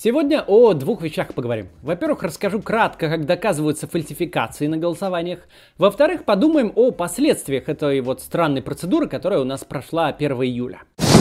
Сегодня о двух вещах поговорим. Во-первых, расскажу кратко, как доказываются фальсификации на голосованиях. Во-вторых, подумаем о последствиях этой вот странной процедуры, которая у нас прошла 1 июля.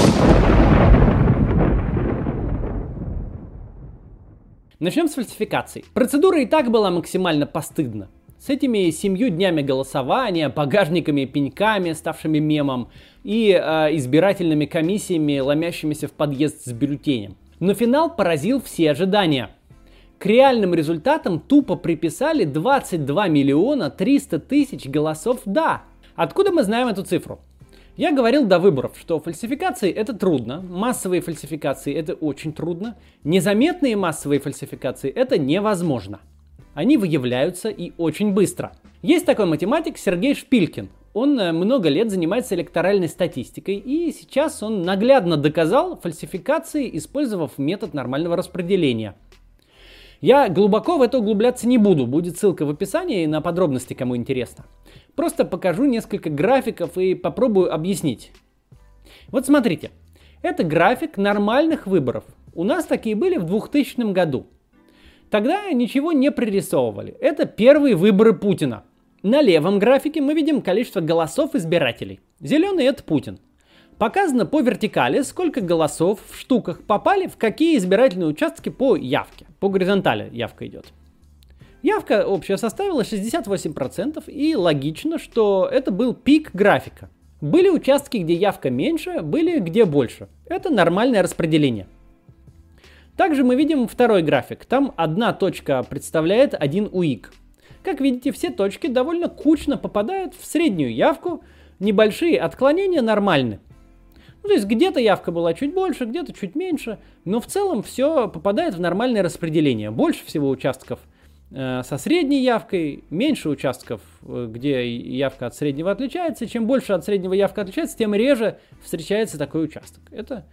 Начнем с фальсификаций. Процедура и так была максимально постыдна. С этими 7 днями голосования, багажниками и пеньками, ставшими мемом, и избирательными комиссиями, ломящимися в подъезд с бюллетенем. Но финал поразил все ожидания. К реальным результатам тупо приписали 22 миллиона 300 тысяч голосов «да». Откуда мы знаем эту цифру? Я говорил до выборов, что фальсификации это трудно, массовые фальсификации это очень трудно, незаметные массовые фальсификации это невозможно. Они выявляются и очень быстро. Есть такой математик Сергей Шпилькин. Он много лет занимается электоральной статистикой, и сейчас он наглядно доказал фальсификации, использовав метод нормального распределения. Я глубоко в это углубляться не буду, будет ссылка в описании на подробности, кому интересно. Просто покажу несколько графиков и попробую объяснить. Вот смотрите, это график нормальных выборов. У нас такие были в 2000 году. Тогда ничего не пририсовывали. Это первые выборы Путина. На левом графике мы видим количество голосов избирателей. Зеленый – это Путин. Показано по вертикали, сколько голосов в штуках попали в какие избирательные участки по явке. По горизонтали явка идет. Явка общая составила 68%, и логично, что это был пик графика. Были участки, где явка меньше, были где больше. Это нормальное распределение. Также мы видим второй график. Там одна точка представляет один УИК. Как видите, все точки довольно кучно попадают в среднюю явку, небольшие отклонения нормальны. Ну, то есть где-то явка была чуть больше, где-то чуть меньше, но в целом все попадает в нормальное распределение. Больше всего участков со средней явкой, меньше участков, где явка от среднего отличается. Чем больше от среднего явка отличается, тем реже встречается такой участок. Это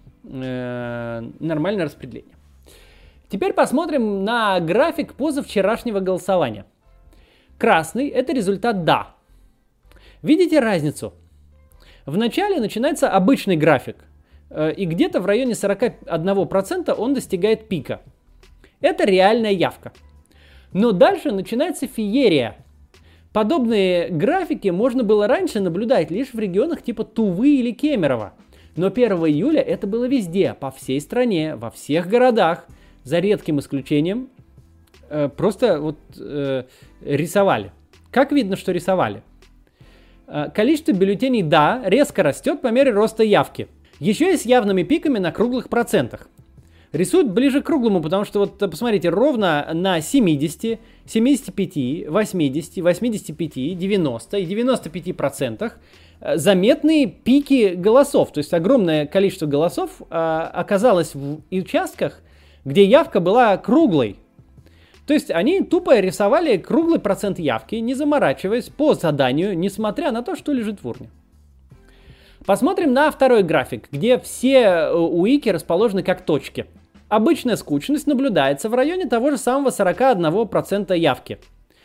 нормальное распределение. Теперь посмотрим на график позавчерашнего голосования. Красный – это результат «да». Видите разницу? Вначале начинается обычный график, и где-то в районе 41% он достигает пика. Это реальная явка. Но дальше начинается феерия. Подобные графики можно было раньше наблюдать лишь в регионах типа Тувы или Кемерово. Но 1 июля это было везде, по всей стране, во всех городах, за редким исключением. Просто вот рисовали. Как видно, что рисовали? Количество бюллетеней «да» резко растет по мере роста явки. Еще и с явными пиками на круглых процентах. Рисуют ближе к круглому, потому что вот посмотрите, ровно на 70, 75, 80, 85, 90 и 95% заметные пики голосов. То есть огромное количество голосов оказалось в участках, где явка была круглой. То есть они тупо рисовали круглый процент явки, не заморачиваясь по заданию, несмотря на то, что лежит в урне. Посмотрим на второй график, где все УИКи расположены как точки. Обычная скучность наблюдается в районе того же самого 41% явки.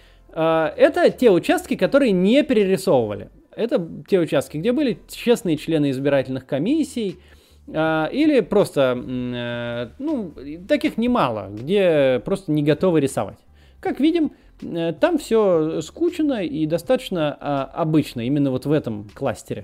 Это те участки, которые не перерисовывали. Это те участки, где были честные члены избирательных комиссий, или просто, таких немало, где просто не готовы рисовать. Как видим, там все скучно и достаточно обычно, именно вот в этом кластере.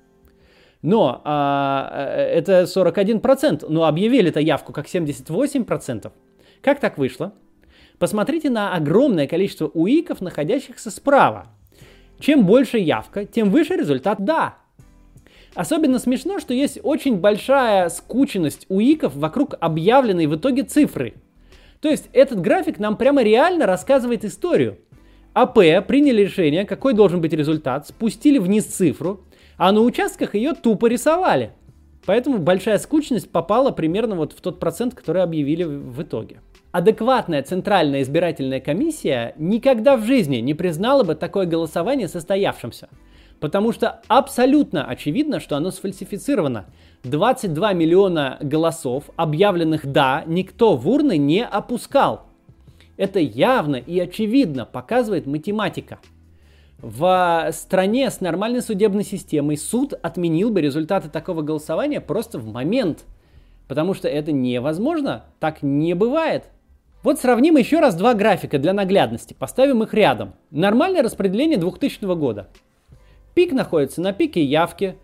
Но это 41%, но объявили-то явку как 78%. Как так вышло? Посмотрите на огромное количество УИКов, находящихся справа. Чем больше явка, тем выше результат «да». Особенно смешно, что есть очень большая скученность УИКов вокруг объявленной в итоге цифры. То есть этот график нам прямо реально рассказывает историю. АП приняли решение, какой должен быть результат, спустили вниз цифру, а на участках ее тупо рисовали. Поэтому большая скучность попала примерно вот в тот процент, который объявили в итоге. Адекватная Центральная избирательная комиссия никогда в жизни не признала бы такое голосование состоявшимся. Потому что абсолютно очевидно, что оно сфальсифицировано. 22 миллиона голосов, объявленных «да», никто в урны не опускал. Это явно и очевидно показывает математика. В стране с нормальной судебной системой суд отменил бы результаты такого голосования просто в момент. потому что это невозможно, так не бывает. Вот сравним еще раз два графика для наглядности, поставим их рядом. Нормальное распределение 2000 года. Пик находится на пике явки,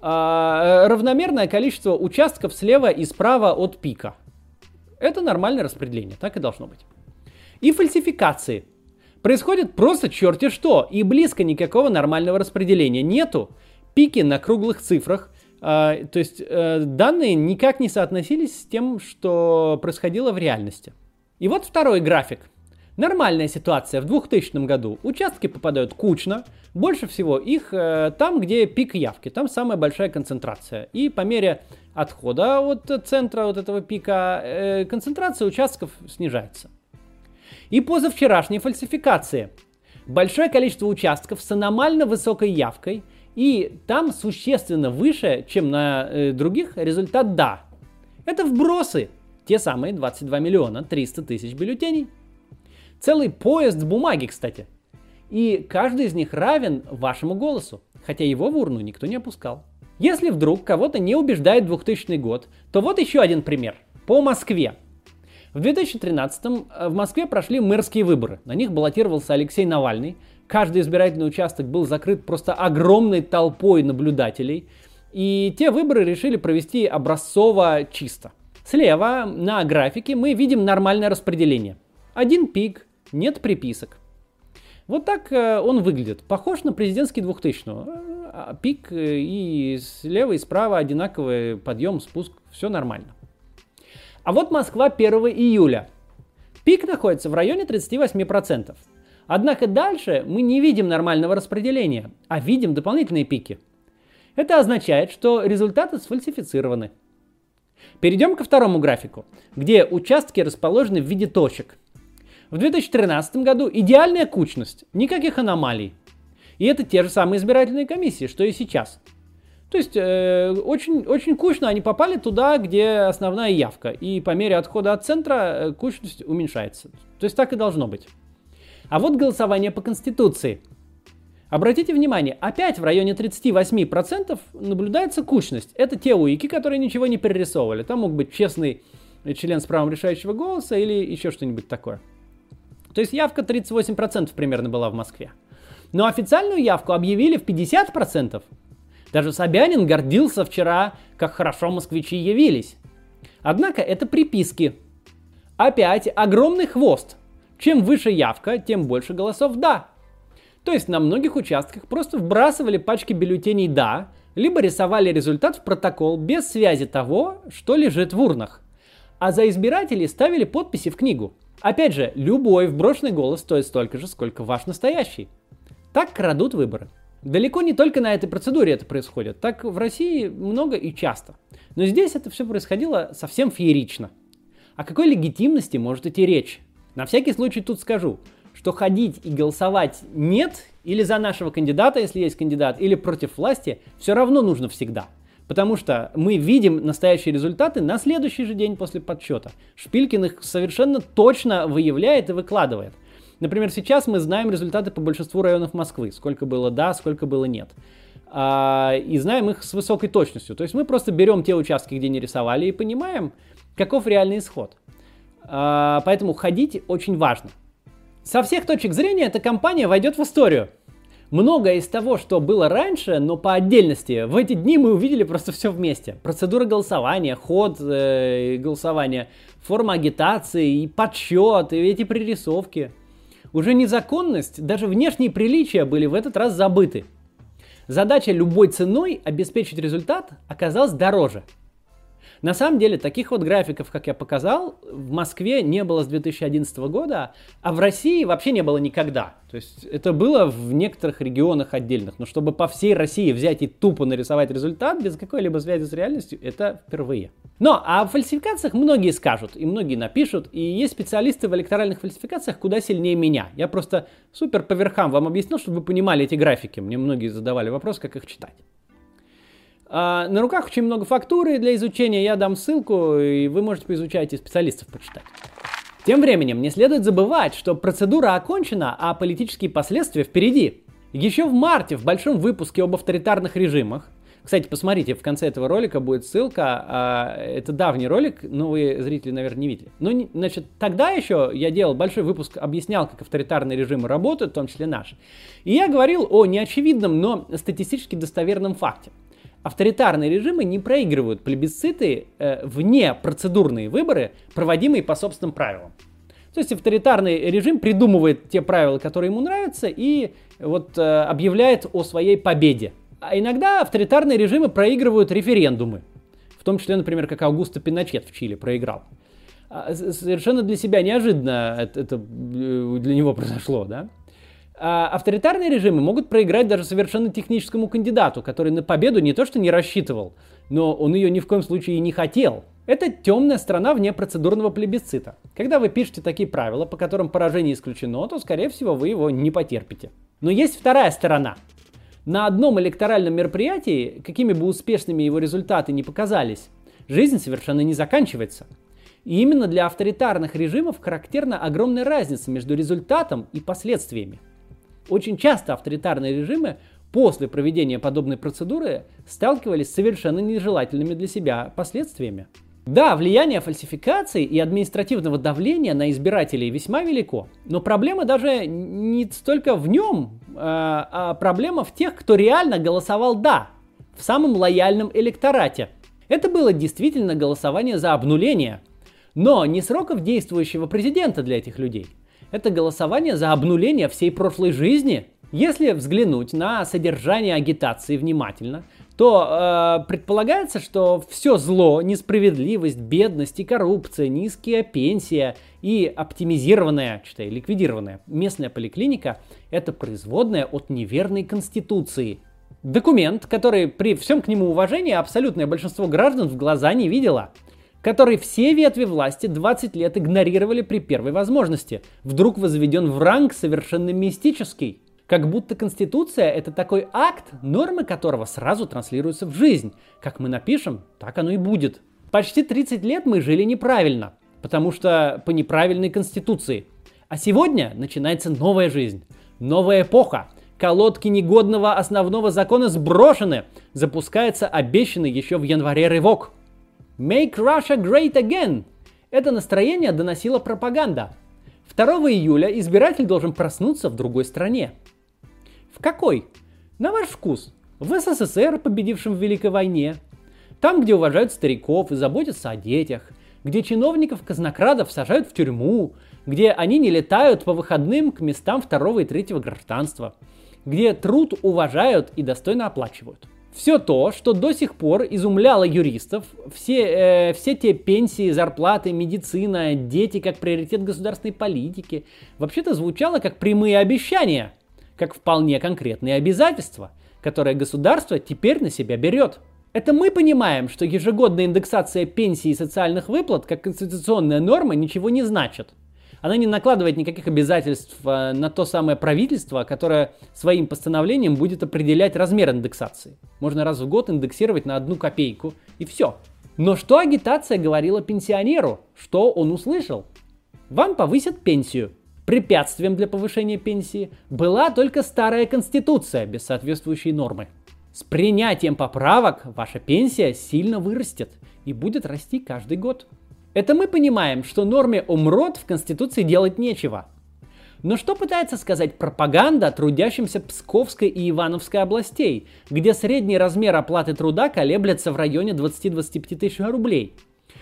равномерное количество участков слева и справа от пика. Это нормальное распределение, так и должно быть. И фальсификации. Происходит просто черти что, и близко никакого нормального распределения нету. Пики на круглых цифрах, то есть данные никак не соотносились с тем, что происходило в реальности. И вот второй график. Нормальная ситуация в 2000 году. Участки попадают кучно. Больше всего их там, где пик явки. Там самая большая концентрация. И по мере отхода от центра вот этого пика концентрация участков снижается. И позавчерашние фальсификации. Большое количество участков с аномально высокой явкой. И там существенно выше, чем на других, результат «да». Это вбросы. Те самые 22 миллиона 300 тысяч бюллетеней. Целый поезд бумаги, кстати. И каждый из них равен вашему голосу, хотя его в урну никто не опускал. Если вдруг кого-то не убеждает 2000 год, то вот еще один пример. По Москве. В 2013-м в Москве прошли мэрские выборы. На них баллотировался Алексей Навальный. Каждый избирательный участок был закрыт просто огромной толпой наблюдателей. И те выборы решили провести образцово чисто. Слева на графике мы видим нормальное распределение. Один пик, нет приписок. Вот так он выглядит. Похож на президентский 2000-го. Пик и слева и справа одинаковый подъем, спуск, все нормально. А вот Москва 1 июля. Пик находится в районе 38%. Однако дальше мы не видим нормального распределения, а видим дополнительные пики. Это означает, что результаты сфальсифицированы. Перейдем ко второму графику, где участки расположены в виде точек. В 2013 году идеальная кучность, никаких аномалий. И это те же самые избирательные комиссии, что и сейчас. То есть очень кучно они попали туда, где основная явка. И по мере отхода от центра кучность уменьшается. То есть так и должно быть. А вот голосование по Конституции. Обратите внимание, опять в районе 38% наблюдается кучность. Это те УИКи, которые ничего не перерисовывали. Там мог быть честный член с правом решающего голоса или еще что-нибудь такое. То есть явка 38% примерно была в Москве. Но официальную явку объявили в 50%. Даже Собянин гордился вчера, как хорошо москвичи явились. Однако это приписки. Опять огромный хвост. Чем выше явка, тем больше голосов «да». То есть на многих участках просто вбрасывали пачки бюллетеней «да», либо рисовали результат в протокол без связи того, что лежит в урнах. А за избирателей ставили подписи в книгу. Опять же, любой вброшенный голос стоит столько же, сколько ваш настоящий. Так крадут выборы. Далеко не только на этой процедуре это происходит. Так в России много и часто. Но здесь это все происходило совсем феерично. О какой легитимности может идти речь? На всякий случай тут скажу, что ходить и голосовать «нет» или за нашего кандидата, если есть кандидат, или против власти, все равно нужно всегда. Потому что мы видим настоящие результаты на следующий же день после подсчета. Шпилькин их совершенно точно выявляет и выкладывает. Например, сейчас мы знаем результаты по большинству районов Москвы. Сколько было «да», сколько было «нет». И знаем их с высокой точностью. То есть мы просто берем те участки, где не рисовали, и понимаем, каков реальный исход. Поэтому ходить очень важно. Со всех точек зрения эта кампания войдет в историю. Многое из того, что было раньше, но по отдельности, в эти дни мы увидели просто все вместе. Процедура голосования, ход голосования, форма агитации, и подсчет, и эти пририсовки. Уже незаконность, даже внешние приличия были в этот раз забыты. Задача любой ценой обеспечить результат оказалась дороже. На самом деле, таких вот графиков, как я показал, в Москве не было с 2011 года, а в России вообще не было никогда. То есть это было в некоторых регионах отдельных, но чтобы по всей России взять и тупо нарисовать результат без какой-либо связи с реальностью, это впервые. Но о фальсификациях многие скажут, и многие напишут, и есть специалисты в электоральных фальсификациях куда сильнее меня. Я просто супер по верхам вам объяснил, чтобы вы понимали эти графики. Мне многие задавали вопрос, как их читать. На руках очень много фактуры для изучения, я дам ссылку, и вы можете поизучать и специалистов почитать. Тем временем не следует забывать, что процедура окончена, а политические последствия впереди. Еще в марте в большом выпуске об авторитарных режимах Кстати, посмотрите, в конце этого ролика будет ссылка. Это давний ролик, но вы, зрители, наверное, не видели. Ну, значит, тогда еще я делал большой выпуск, объяснял, как авторитарные режимы работают, в том числе наши. И я говорил о неочевидном, но статистически достоверном факте. Авторитарные режимы не проигрывают плебисциты вне процедурные выборы, проводимые по собственным правилам. То есть авторитарный режим придумывает те правила, которые ему нравятся, и вот объявляет о своей победе. А иногда авторитарные режимы проигрывают референдумы, в том числе, например, как Аугусто Пиночет в Чили проиграл. Совершенно для себя неожиданно это для него произошло, да? Авторитарные режимы могут проиграть даже совершенно техническому кандидату, который на победу не то что не рассчитывал, но он ее ни в коем случае и не хотел. Это темная сторона вне процедурного плебисцита. Когда вы пишете такие правила, по которым поражение исключено, то, скорее всего, вы его не потерпите. Но есть вторая сторона. На одном электоральном мероприятии, какими бы успешными его результаты ни показались, жизнь совершенно не заканчивается. И именно для авторитарных режимов характерна огромная разница между результатом и последствиями. Очень часто авторитарные режимы после проведения подобной процедуры сталкивались с совершенно нежелательными для себя последствиями. Да, влияние фальсификаций и административного давления на избирателей весьма велико, но проблема даже не столько в нем, а проблема в тех, кто реально голосовал «да», в самом лояльном электорате. Это было действительно голосование за обнуление, но не сроков действующего президента для этих людей. Это голосование за обнуление всей прошлой жизни. Если взглянуть на содержание агитации внимательно, то предполагается, что все зло, несправедливость, бедность и коррупция, низкая пенсия и оптимизированная, ликвидированная местная поликлиника – это производная от неверной конституции. Документ, который при всем к нему уважении абсолютное большинство граждан в глаза не видело, который все ветви власти 20 лет игнорировали при первой возможности, вдруг возведен в ранг совершенно мистический. Как будто Конституция – это такой акт, нормы которого сразу транслируются в жизнь. Как мы напишем, так оно и будет. Почти 30 лет мы жили неправильно, потому что по неправильной Конституции. А сегодня начинается новая жизнь, новая эпоха. Колодки негодного основного закона сброшены. Запускается обещанный еще в январе рывок. Make Russia Great Again. Это настроение доносила пропаганда. 2 июля избиратель должен проснуться в другой стране. В какой? На ваш вкус. В СССР, победившем в Великой войне. Там, где уважают стариков и заботятся о детях. Где чиновников-казнокрадов сажают в тюрьму. Где они не летают по выходным к местам 2 и 3 гражданства. Где труд уважают и достойно оплачивают. Все то, что до сих пор изумляло юристов, все те пенсии, зарплаты, медицина, дети как приоритет государственной политики, вообще-то звучало как прямые обещания, как вполне конкретные обязательства, которые государство теперь на себя берет. Это мы понимаем, что ежегодная индексация пенсий и социальных выплат как конституционная норма ничего не значит. Она не накладывает никаких обязательств на то самое правительство, которое своим постановлением будет определять размер индексации. Можно раз в год индексировать на 1 копейку, и все. Но что агитация говорила пенсионеру? Что он услышал? Вам повысят пенсию. Препятствием для повышения пенсии была только старая конституция без соответствующей нормы. С принятием поправок ваша пенсия сильно вырастет и будет расти каждый год. Это мы понимаем, что норме омрот в Конституции делать нечего. Но что пытается сказать пропаганда трудящимся Псковской и Ивановской областей, где средний размер оплаты труда колеблется в районе 20-25 тысяч рублей?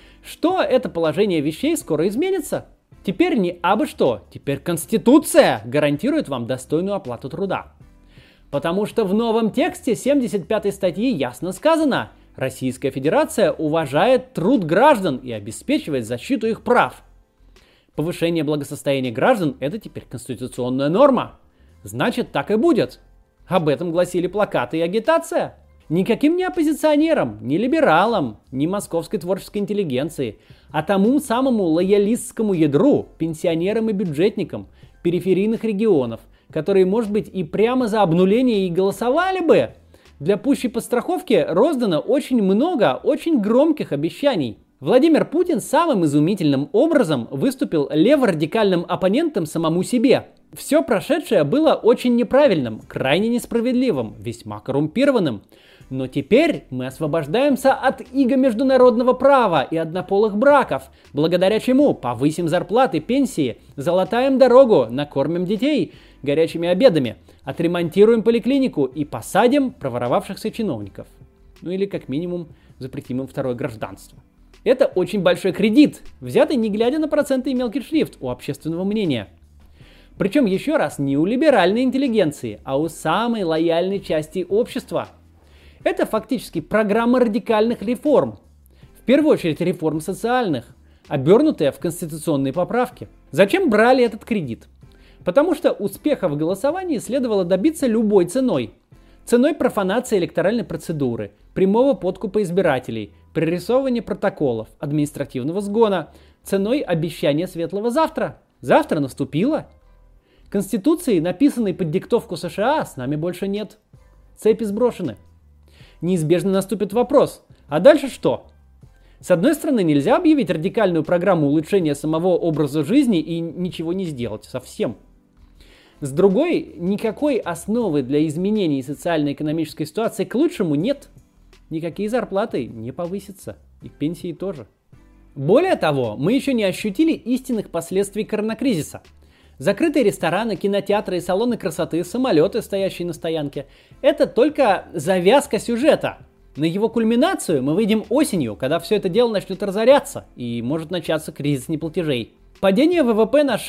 Что это положение вещей скоро изменится? Теперь не абы что, теперь Конституция гарантирует вам достойную оплату труда. Потому что в новом тексте 75 статьи ясно сказано: Российская Федерация уважает труд граждан и обеспечивает защиту их прав. Повышение благосостояния граждан – это теперь конституционная норма. Значит, так и будет. Об этом гласили плакаты и агитация. Никаким не оппозиционерам, ни либералам, ни московской творческой интеллигенции, а тому самому лоялистскому ядру, пенсионерам и бюджетникам периферийных регионов, которые, может быть, и прямо за обнуление и голосовали бы. Для пущей подстраховки роздано очень много очень громких обещаний. Владимир Путин самым изумительным образом выступил леворадикальным оппонентом самому себе. Все прошедшее было очень неправильным, крайне несправедливым, весьма коррумпированным. Но теперь мы освобождаемся от иго международного права и однополых браков, благодаря чему повысим зарплаты, пенсии, залатаем дорогу, накормим детей горячими обедами, отремонтируем поликлинику и посадим проворовавшихся чиновников. Ну или как минимум запретим им второе гражданство. Это очень большой кредит, взятый не глядя на проценты и мелкий шрифт у общественного мнения. Причем еще раз не у либеральной интеллигенции, а у самой лояльной части общества. Это фактически программа радикальных реформ. В первую очередь реформ социальных, обернутая в конституционные поправки. Зачем брали этот кредит? Потому что успеха в голосовании следовало добиться любой ценой. Ценой профанации электоральной процедуры, прямого подкупа избирателей, прорисовывания протоколов, административного сгона, ценой обещания светлого завтра. Завтра наступило. Конституции, написанной под диктовку США, с нами больше нет. Цепи сброшены. Неизбежно наступит вопрос, а дальше что? С одной стороны, нельзя объявить радикальную программу улучшения самого образа жизни и ничего не сделать совсем. С другой, никакой основы для изменений социально-экономической ситуации к лучшему нет. Никакие зарплаты не повысятся, и пенсии тоже. Более того, мы еще не ощутили истинных последствий коронакризиса. Закрытые рестораны, кинотеатры и салоны красоты, самолеты, стоящие на стоянке – это только завязка сюжета. На его кульминацию мы выйдем осенью, когда все это дело начнет разоряться и может начаться кризис неплатежей. Падение ВВП на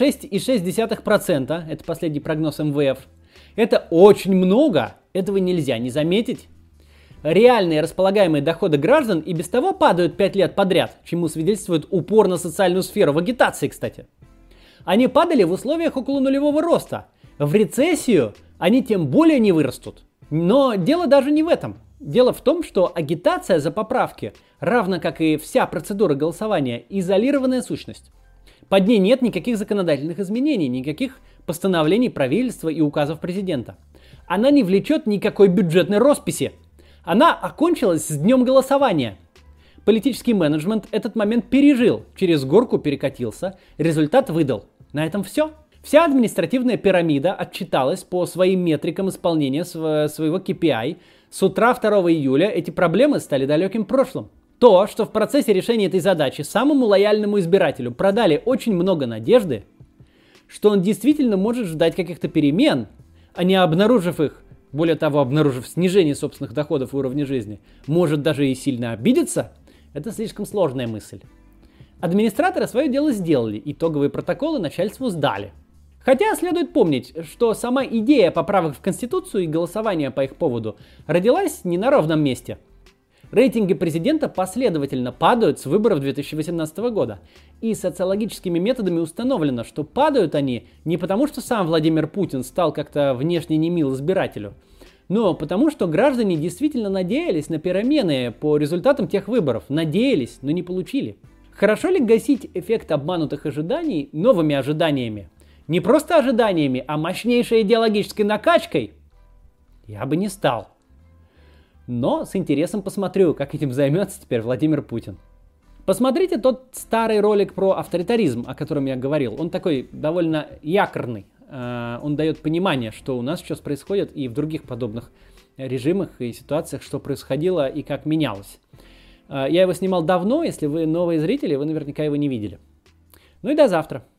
6,6%, это последний прогноз МВФ, это очень много, этого нельзя не заметить. Реальные располагаемые доходы граждан и без того падают 5 лет подряд, чему свидетельствует упор на социальную сферу, в агитации, кстати. Они падали в условиях около нулевого роста. В рецессию они тем более не вырастут. Но дело даже не в этом. Дело в том, что агитация за поправки, равно как и вся процедура голосования, изолированная сущность. Под ней нет никаких законодательных изменений, никаких постановлений правительства и указов президента. Она не влечет никакой бюджетной росписи. Она окончилась с днем голосования. Политический менеджмент этот момент пережил, через горку перекатился, результат выдал. На этом все. Вся административная пирамида отчиталась по своим метрикам исполнения своего KPI. С утра 2 июля эти проблемы стали далеким прошлым. То, что в процессе решения этой задачи самому лояльному избирателю продали очень много надежды, что он действительно может ждать каких-то перемен, а не обнаружив их, более того, обнаружив снижение собственных доходов и уровня жизни, может даже и сильно обидеться, это слишком сложная мысль. Администраторы свое дело сделали, итоговые протоколы начальству сдали. Хотя следует помнить, что сама идея поправок в Конституцию и голосования по их поводу родилась не на ровном месте. Рейтинги президента последовательно падают с выборов 2018 года. И социологическими методами установлено, что падают они не потому, что сам Владимир Путин стал как-то внешне немил избирателю, но потому, что граждане действительно надеялись на перемены по результатам тех выборов. Надеялись, но не получили. Хорошо ли гасить эффект обманутых ожиданий новыми ожиданиями? Не просто ожиданиями, а мощнейшей идеологической накачкой? Я бы не стал. Но с интересом посмотрю, как этим займется теперь Владимир Путин. Посмотрите тот старый ролик про авторитаризм, о котором я говорил. Он такой довольно якорный. Он дает понимание, что у нас сейчас происходит и в других подобных режимах и ситуациях, что происходило и как менялось. Я его снимал давно, если вы новые зрители, вы наверняка его не видели. Ну и до завтра.